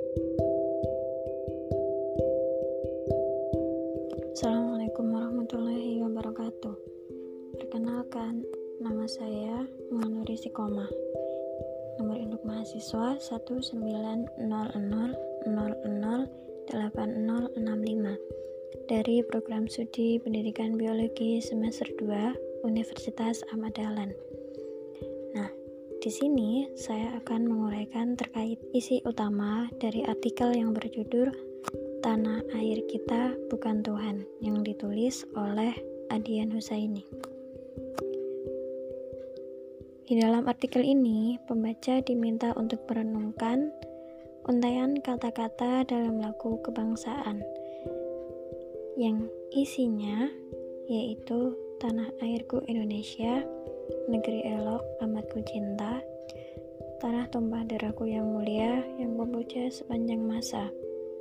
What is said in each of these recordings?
Assalamualaikum warahmatullahi wabarakatuh. Perkenalkan, nama saya Muhammad Rizikoma. Nomor induk mahasiswa 19000008065 dari Program Studi Pendidikan Biologi Semester 2 Universitas Ahmad Dahlan. Nah, di sini saya akan menguraikan terkait isi utama dari artikel yang berjudul Tanah Air Kita Bukan Tuhan yang ditulis oleh Adian Husaini. Di dalam artikel ini, pembaca diminta untuk merenungkan untaian kata-kata dalam lagu kebangsaan yang isinya yaitu Tanah Airku Indonesia, Negeri Elok Amatku Cinta, Tanah Tumpah Darahku yang mulia yang kupuja sepanjang masa.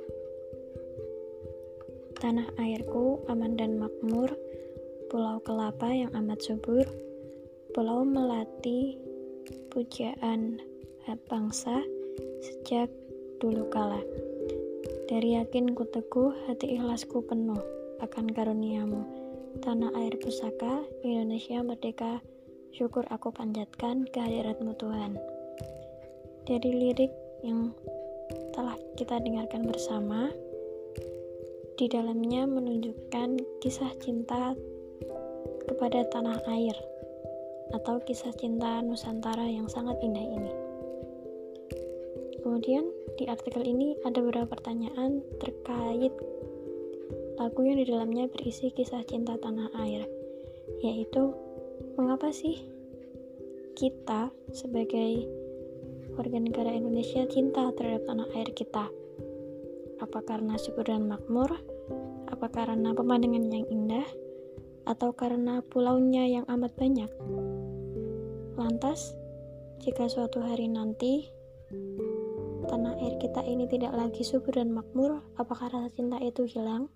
Tanah airku aman dan makmur, pulau kelapa yang amat subur, pulau melati pujaan bangsa sejak dulu kala. Dari yakin ku teguh, hati ikhlasku penuh akan karuniamu. Tanah air pusaka, Indonesia merdeka, syukur aku panjatkan kehadiratmu Tuhan. Dari lirik yang telah kita dengarkan bersama, di dalamnya menunjukkan kisah cinta kepada tanah air atau kisah cinta Nusantara yang sangat indah ini. Kemudian di artikel ini ada beberapa pertanyaan terkait lagu yang di dalamnya berisi kisah cinta tanah air, yaitu mengapa sih kita sebagai warga negara Indonesia cinta terhadap tanah air kita? Apa karena subur dan makmur? Apa karena pemandangan yang indah? Atau karena pulaunya yang amat banyak? Lantas, jika suatu hari nanti tanah air kita ini tidak lagi subur dan makmur, apakah rasa cinta itu hilang?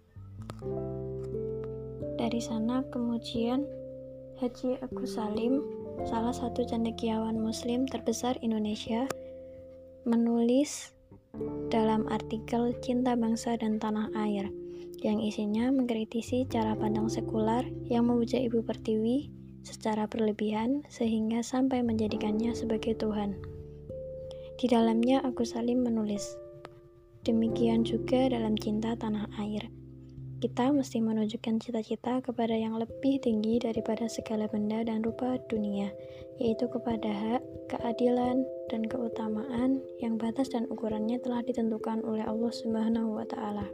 Dari sana kemudian Haji Agus Salim, salah satu cendekiawan muslim terbesar Indonesia, menulis dalam artikel Cinta Bangsa dan Tanah Air yang isinya mengkritisi cara pandang sekular yang memuja Ibu Pertiwi secara berlebihan sehingga sampai menjadikannya sebagai Tuhan. Di dalamnya Agus Salim menulis, demikian juga dalam cinta tanah air. Kita mesti menunjukkan cita-cita kepada yang lebih tinggi daripada segala benda dan rupa dunia, yaitu kepada hak, keadilan, dan keutamaan yang batas dan ukurannya telah ditentukan oleh Allah Subhanahu wa Ta'ala.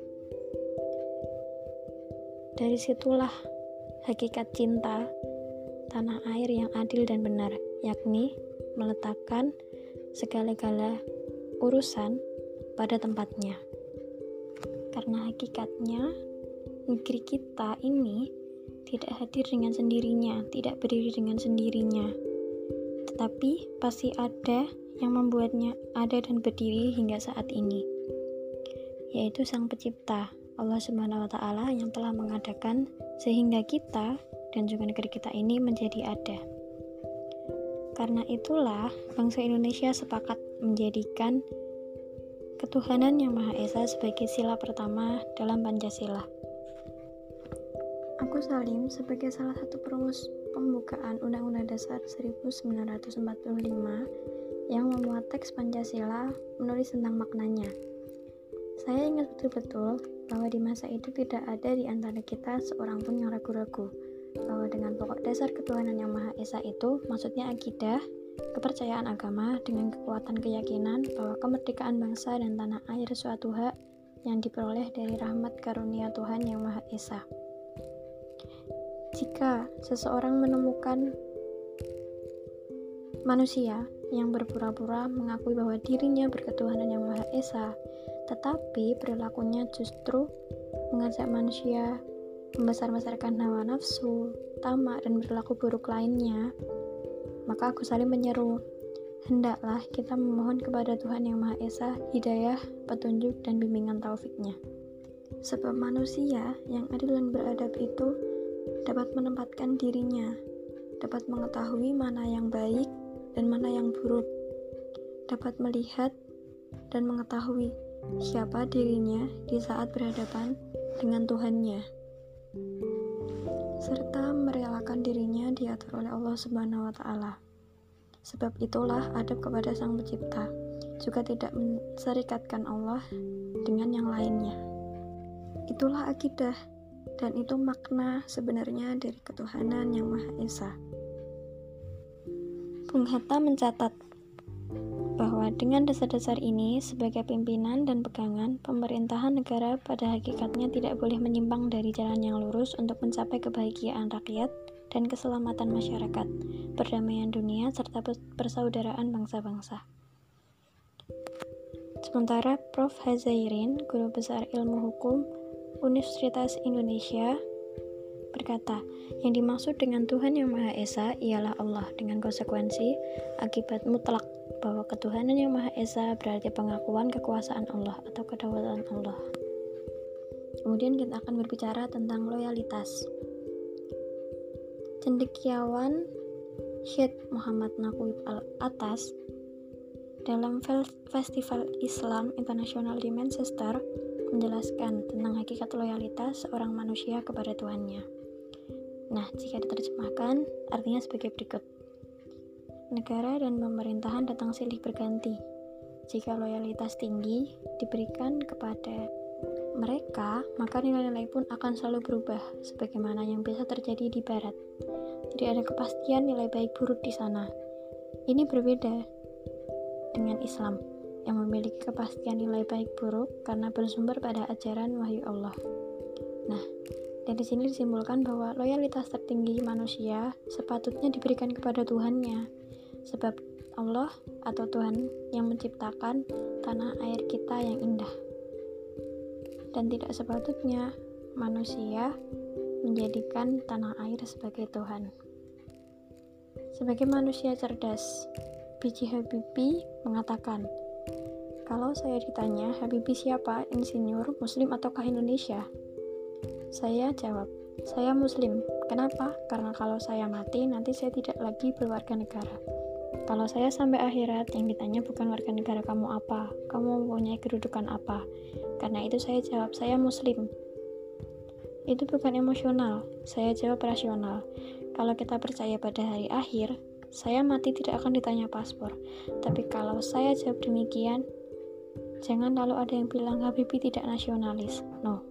Dari situlah hakikat cinta tanah air yang adil dan benar, yakni meletakkan segala-gala urusan pada tempatnya. Karena hakikatnya negeri kita ini tidak hadir dengan sendirinya, tidak berdiri dengan sendirinya, tetapi pasti ada yang membuatnya ada dan berdiri hingga saat ini, yaitu Sang Pencipta, Allah Subhanahu wa Ta'ala, yang telah mengadakan sehingga kita dan juga negeri kita ini menjadi ada. Karena itulah bangsa Indonesia sepakat menjadikan ketuhanan yang Maha Esa sebagai sila pertama dalam Pancasila. Agus Salim sebagai salah satu perumus pembukaan Undang-Undang Dasar 1945 yang memuat teks Pancasila menulis tentang maknanya. Saya ingat betul-betul bahwa di masa itu tidak ada di antara kita seorang pun yang ragu-ragu bahwa dengan pokok dasar ketuhanan yang Maha Esa itu maksudnya akidah, kepercayaan agama dengan kekuatan keyakinan bahwa kemerdekaan bangsa dan tanah air suatu hak yang diperoleh dari rahmat karunia Tuhan yang Maha Esa. Jika seseorang menemukan manusia yang berpura-pura mengakui bahwa dirinya berketuhanan yang Maha Esa, tetapi perilakunya justru mengajak manusia membesar-besarkan hawa nafsu, tamak, dan berlaku buruk lainnya, maka Agus Salim menyeru, hendaklah kita memohon kepada Tuhan yang Maha Esa hidayah, petunjuk, dan bimbingan taufiknya. Sebab manusia yang adil dan beradab itu dapat menempatkan dirinya, dapat mengetahui mana yang baik dan mana yang buruk, dapat melihat dan mengetahui siapa dirinya di saat berhadapan dengan Tuhannya, serta merelakan dirinya diatur oleh Allah Subhanahu wa Ta'ala. Sebab itulah adab kepada Sang Pencipta, juga tidak menserikatkan Allah dengan yang lainnya. Itulah akidah, dan itu makna sebenarnya dari ketuhanan yang Maha Esa. Bung Hatta mencatat bahwa dengan dasar-dasar ini, sebagai pimpinan dan pegangan, pemerintahan negara pada hakikatnya tidak boleh menyimpang dari jalan yang lurus untuk mencapai kebahagiaan rakyat dan keselamatan masyarakat, perdamaian dunia, serta persaudaraan bangsa-bangsa. Sementara Prof. Hazairin, Guru Besar Ilmu Hukum Universitas Indonesia, berkata, yang dimaksud dengan Tuhan yang Maha Esa ialah Allah dengan konsekuensi akibat mutlak bahwa ketuhanan yang Maha Esa berarti pengakuan kekuasaan Allah atau kedaulatan Allah. Kemudian kita akan berbicara tentang loyalitas. Cendekiawan Syed Muhammad Naqib Al-Atas dalam Festival Islam Internasional di Manchester menjelaskan tentang hakikat loyalitas seorang manusia kepada Tuhannya. Nah, jika diterjemahkan, artinya sebagai berikut. Negara dan pemerintahan datang silih berganti. Jika loyalitas tinggi diberikan kepada mereka, maka nilai-nilai pun akan selalu berubah, sebagaimana yang biasa terjadi di Barat. Tidak ada kepastian nilai baik buruk di sana. Ini berbeda dengan Islam, yang memiliki kepastian nilai baik buruk karena bersumber pada ajaran wahyu Allah. Nah, dari sini disimpulkan bahwa loyalitas tertinggi manusia sepatutnya diberikan kepada Tuhannya, sebab Allah atau Tuhan yang menciptakan tanah air kita yang indah. Dan tidak sepatutnya manusia menjadikan tanah air sebagai Tuhan. Sebagai manusia cerdas, B.J. Habibie mengatakan, kalau saya ditanya, Habibie siapa, insinyur, muslim ataukah Indonesia? Saya jawab, saya muslim. Kenapa? Karena kalau saya mati, nanti saya tidak lagi berwarga negara. Kalau saya sampai akhirat, yang ditanya bukan warga negara kamu apa, kamu mempunyai kedudukan apa. Karena itu saya jawab, saya muslim. Itu bukan emosional, saya jawab rasional. Kalau kita percaya pada hari akhir, saya mati tidak akan ditanya paspor. Tapi kalau saya jawab demikian, jangan lalu ada yang bilang Habibie tidak nasionalis. No.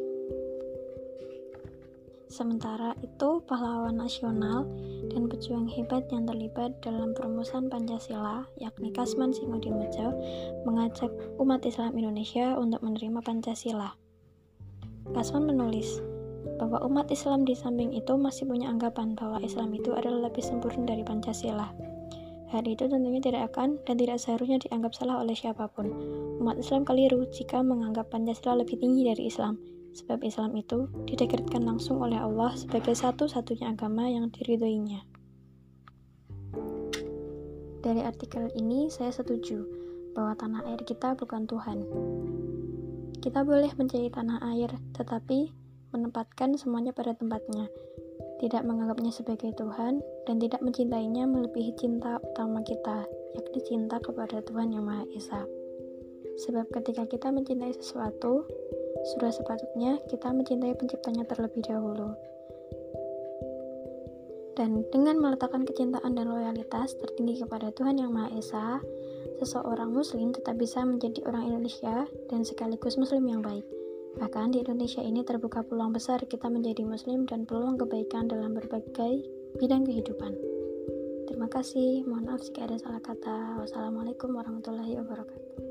Sementara itu, pahlawan nasional dan pejuang hebat yang terlibat dalam perumusan Pancasila, yakni Kasman Singodimedjo, mengajak umat Islam Indonesia untuk menerima Pancasila. Kasman menulis bahwa umat Islam di samping itu masih punya anggapan bahwa Islam itu adalah lebih sempurna dari Pancasila. Hal itu tentunya tidak akan dan tidak seharusnya dianggap salah oleh siapapun. Umat Islam keliru jika menganggap Pancasila lebih tinggi dari Islam. Sebab Islam itu didekretkan langsung oleh Allah sebagai satu-satunya agama yang diridhoinya. Dari artikel ini saya setuju bahwa tanah air kita bukan Tuhan. Kita boleh mencari tanah air, tetapi menempatkan semuanya pada tempatnya, tidak menganggapnya sebagai Tuhan, dan tidak mencintainya melebihi cinta utama kita, yakni cinta kepada Tuhan yang Maha Esa. Sebab ketika kita mencintai sesuatu, sudah sepatutnya kita mencintai penciptanya terlebih dahulu. Dan dengan meletakkan kecintaan dan loyalitas tertinggi kepada Tuhan yang Maha Esa, seseorang muslim tetap bisa menjadi orang Indonesia dan sekaligus muslim yang baik. Bahkan di Indonesia ini terbuka peluang besar kita menjadi muslim dan peluang kebaikan dalam berbagai bidang kehidupan. Terima kasih, mohon maaf jika ada salah kata. Wassalamualaikum warahmatullahi wabarakatuh.